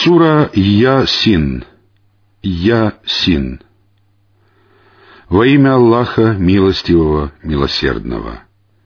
Сура Ясин. Ясин. Во имя Аллаха, милостивого, милосердного.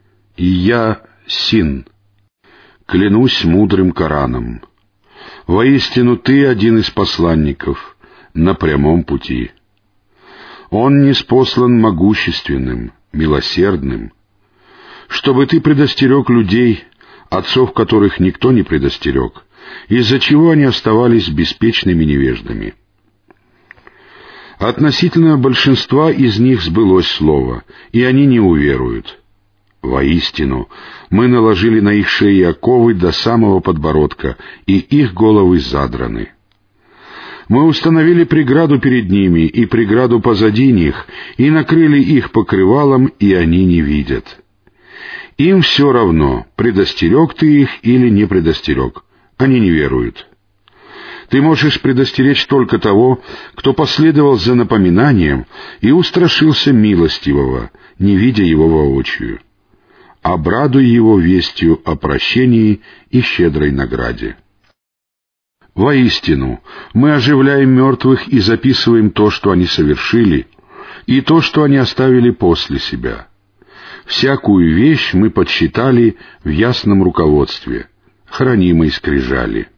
Ясин. Клянусь мудрым Кораном. Воистину ты один из посланников на прямом пути. Он ниспослан могущественным, милосердным, чтобы ты предостерег людей, отцов которых никто не предостерег, из-за чего они оставались беспечными невеждами. Относительно большинства из них сбылось слово, и они не уверуют. Воистину, мы наложили на их шеи оковы до самого подбородка, и их головы задраны. Мы установили преграду перед ними и преграду позади них, и накрыли их покрывалом, и они не видят. Им все равно, предостерег ты их или не предостерег. Они не веруют. Ты можешь предостеречь только того, кто последовал за напоминанием и устрашился милостивого, не видя его воочию. Обрадуй его вестью о прощении и щедрой награде. Воистину, мы оживляем мертвых и записываем то, что они совершили, и то, что они оставили после себя. Всякую вещь мы подсчитали в ясном руководстве, хранимой скрижали.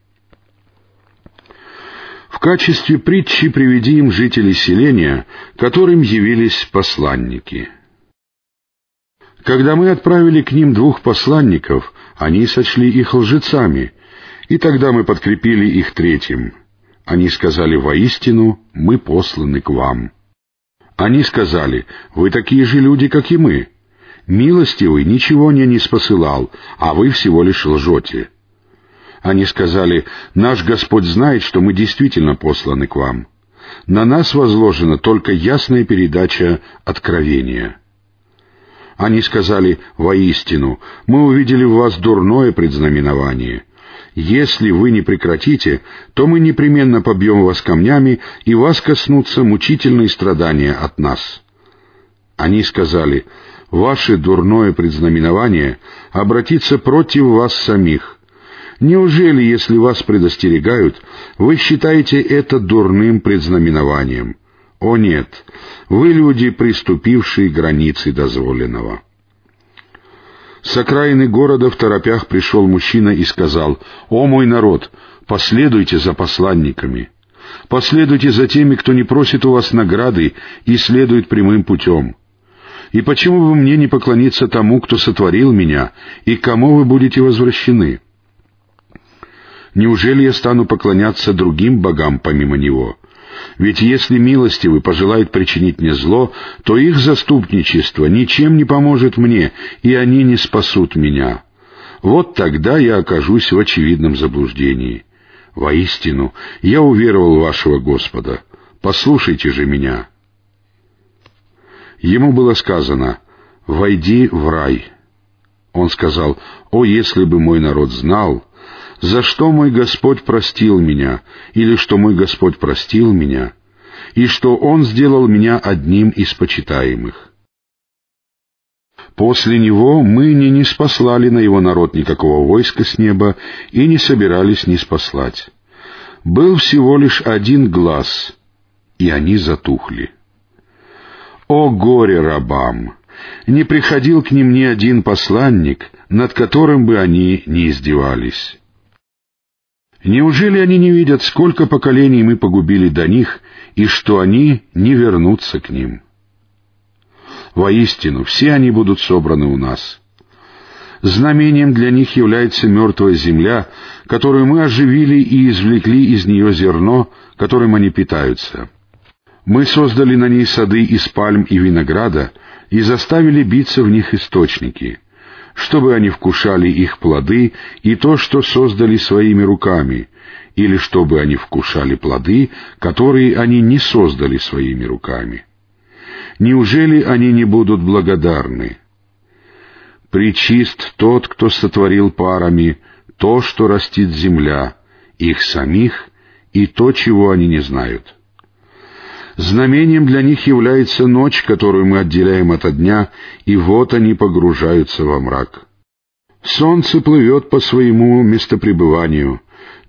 В качестве притчи приведи им жителей селения, которым явились посланники. Когда мы отправили к ним 2 посланников, они сочли их лжецами, и тогда мы подкрепили их 3-м. Они сказали: «Воистину, мы посланы к вам». Они сказали: «Вы такие же люди, как и мы. Милостивый ничего не ниспосылал, а вы всего лишь лжете». Они сказали: «Наш Господь знает, что мы действительно посланы к вам. На нас возложена только ясная передача откровения». Они сказали: «Воистину, мы увидели в вас дурное предзнаменование. Если вы не прекратите, то мы непременно побьем вас камнями, и вас коснутся мучительные страдания от нас». Они сказали: «Ваше дурное предзнаменование обратится против вас самих. Неужели, если вас предостерегают, вы считаете это дурным предзнаменованием? О нет, вы люди, приступившие границы дозволенного». С окраины города в торопях пришел мужчина и сказал: «О мой народ, последуйте за посланниками, последуйте за теми, кто не просит у вас награды и следует прямым путем. И почему бы мне не поклониться тому, кто сотворил меня, и к кому вы будете возвращены? Неужели я стану поклоняться другим богам помимо него? Ведь если милостивый пожелает причинить мне зло, то их заступничество ничем не поможет мне, и они не спасут меня. Вот тогда я окажусь в очевидном заблуждении. Воистину, я уверовал в вашего Господа. Послушайте же меня». Ему было сказано: «Войди в рай». Он сказал: «О, если бы мой народ знал, за что мой Господь простил меня, или что мой Господь простил меня, и что Он сделал меня одним из почитаемых». После него мы не ниспослали на его народ никакого войска с неба и не собирались ниспослать. Был всего лишь 1 глаз, и они затухли. О горе рабам! Не приходил к ним ни один посланник, над которым бы они не издевались. Неужели они не видят, сколько поколений мы погубили до них, и что они не вернутся к ним? Воистину, все они будут собраны у нас. Знамением для них является мертвая земля, которую мы оживили и извлекли из нее зерно, которым они питаются. Мы создали на ней сады из пальм и винограда и заставили биться в них источники, чтобы они вкушали их плоды и то, что создали своими руками, или чтобы они вкушали плоды, которые они не создали своими руками. Неужели они не будут благодарны? Пречист тот, кто сотворил парами то, что растит земля, их самих и то, чего они не знают. Знамением для них является ночь, которую мы отделяем ото дня, и вот они погружаются во мрак. Солнце плывет по своему местопребыванию,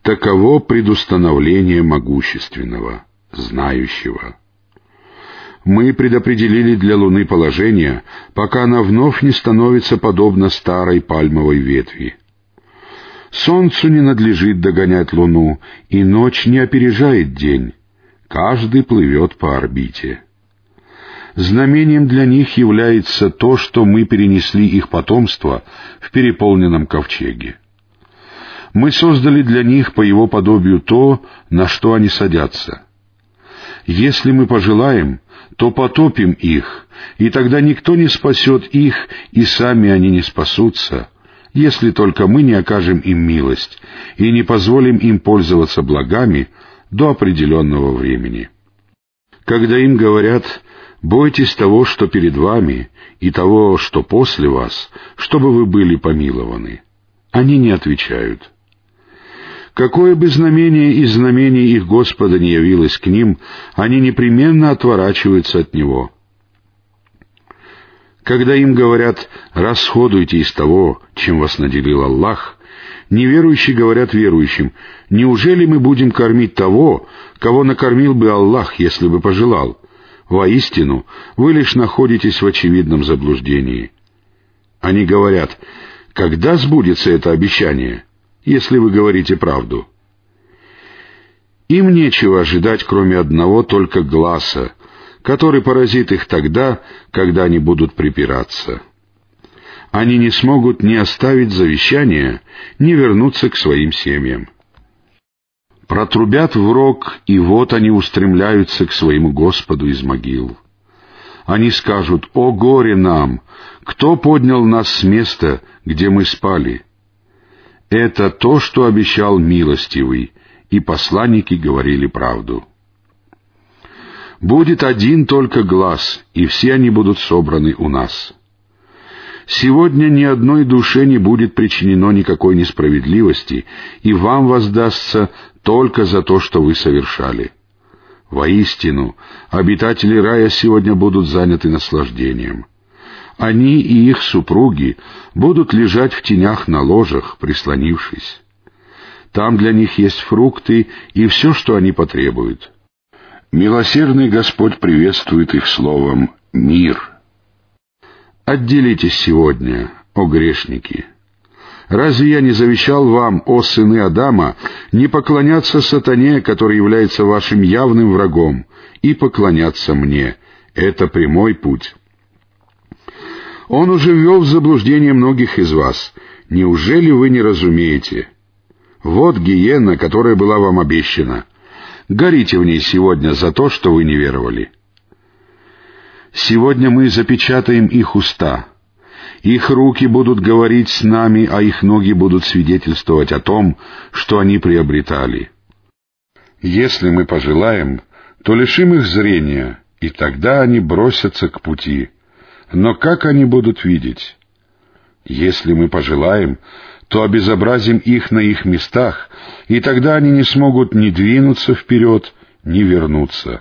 Таково предустановление могущественного, знающего. Мы предопределили для Луны положение, пока она вновь не становится подобна старой пальмовой ветви. Солнцу не надлежит догонять Луну, и ночь не опережает день. Каждый плывет по орбите. Знамением для них является то, что мы перенесли их потомство в переполненном ковчеге. Мы создали для них по его подобию то, на что они садятся. Если мы пожелаем, то потопим их, и тогда никто не спасет их, и сами они не спасутся, если только мы не окажем им милость и не позволим им пользоваться благами до определенного времени. Когда им говорят: «Бойтесь того, что перед вами, и того, что после вас, чтобы вы были помилованы», они не отвечают. Какое бы знамение из знамений их Господа не явилось к ним, они непременно отворачиваются от Него. Когда им говорят: «Расходуйте из того, чем вас наделил Аллах», неверующие говорят верующим: «Неужели мы будем кормить того, кого накормил бы Аллах, если бы пожелал? Воистину, вы лишь находитесь в очевидном заблуждении». Они говорят: «Когда сбудется это обещание, если вы говорите правду?» Им нечего ожидать, кроме одного только гласа, который поразит их тогда, когда они будут припираться. Они не смогут ни оставить завещание, ни вернуться к своим семьям. Протрубят в рог, и вот они устремляются к своему Господу из могил. Они скажут: «О горе нам! Кто поднял нас с места, где мы спали?» Это то, что обещал милостивый, и посланники говорили правду. Будет один только глас, и все они будут собраны у нас. Сегодня ни одной душе не будет причинено никакой несправедливости, и вам воздастся только за то, что вы совершали. Воистину, обитатели рая сегодня будут заняты наслаждением. Они и их супруги будут лежать в тенях на ложах, прислонившись. Там для них есть фрукты и все, что они потребуют. Милосердный Господь приветствует их словом «мир». Отделитесь сегодня, о грешники! Разве я не завещал вам, о сыны Адама, не поклоняться сатане, который является вашим явным врагом, и поклоняться мне? Это прямой путь. Он уже ввел в заблуждение многих из вас. Неужели вы не разумеете? Вот гиенна, которая была вам обещана. Горите в ней сегодня за то, что вы не веровали. Сегодня мы запечатаем их уста. Их руки будут говорить с нами, а их ноги будут свидетельствовать о том, что они приобретали. Если мы пожелаем, то лишим их зрения, и тогда они бросятся к пути. Но как они будут видеть? Если мы пожелаем, то обезобразим их на их местах, и тогда они не смогут ни двинуться вперед, ни вернуться.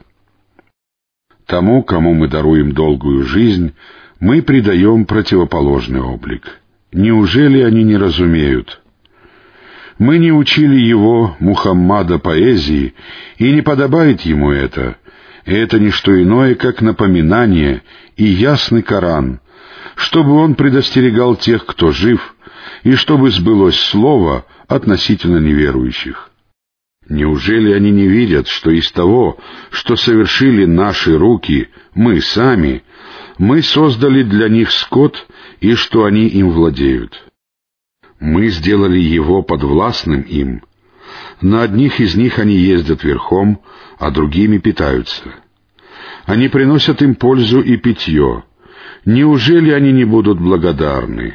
Тому, кому мы даруем долгую жизнь, мы придаем противоположный облик. Неужели они не разумеют? Мы не учили его, Мухаммада, поэзии, и не подобает ему это. Это не что иное, как напоминание и ясный Коран, чтобы он предостерегал тех, кто жив, и чтобы сбылось слово относительно неверующих. Неужели они не видят, что из того, что совершили наши руки, мы сами, мы создали для них скот, и что они им владеют? Мы сделали его подвластным им. На одних из них они ездят верхом, а другими питаются. Они приносят им пользу и питье. Неужели они не будут благодарны?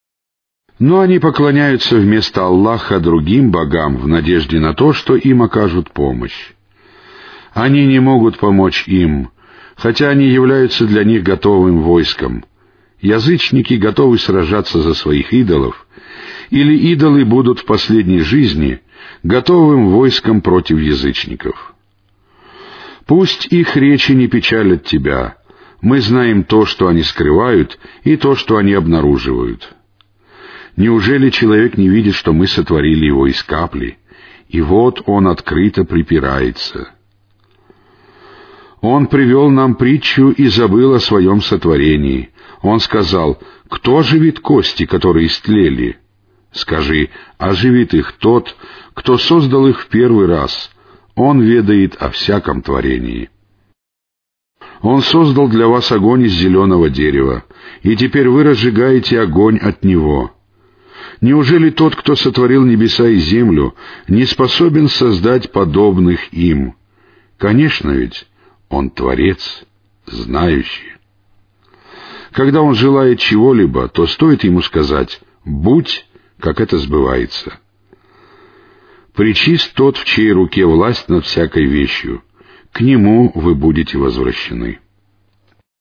Но они поклоняются вместо Аллаха другим богам в надежде на то, что им окажут помощь. Они не могут помочь им, хотя они являются для них готовым войском. Язычники готовы сражаться за своих идолов, или идолы будут в последней жизни готовым войском против язычников. Пусть их речи не печалят тебя. Мы знаем то, что они скрывают, и то, что они обнаруживают. Неужели человек не видит, что мы сотворили его из капли, и вот он открыто припирается. Он привел нам притчу и забыл о своем сотворении. Он сказал: «Кто оживит кости, которые истлели?» Скажи: оживит их тот, кто создал их в первый раз. Он ведает о всяком творении. Он создал для вас огонь из зеленого дерева, и теперь вы разжигаете огонь от него. Неужели тот, кто сотворил небеса и землю, не способен создать подобных им? Конечно ведь, он Творец, знающий. Когда он желает чего-либо, то стоит ему сказать «будь», как это сбывается. Пречист тот, в чьей руке власть над всякой вещью, к нему вы будете возвращены.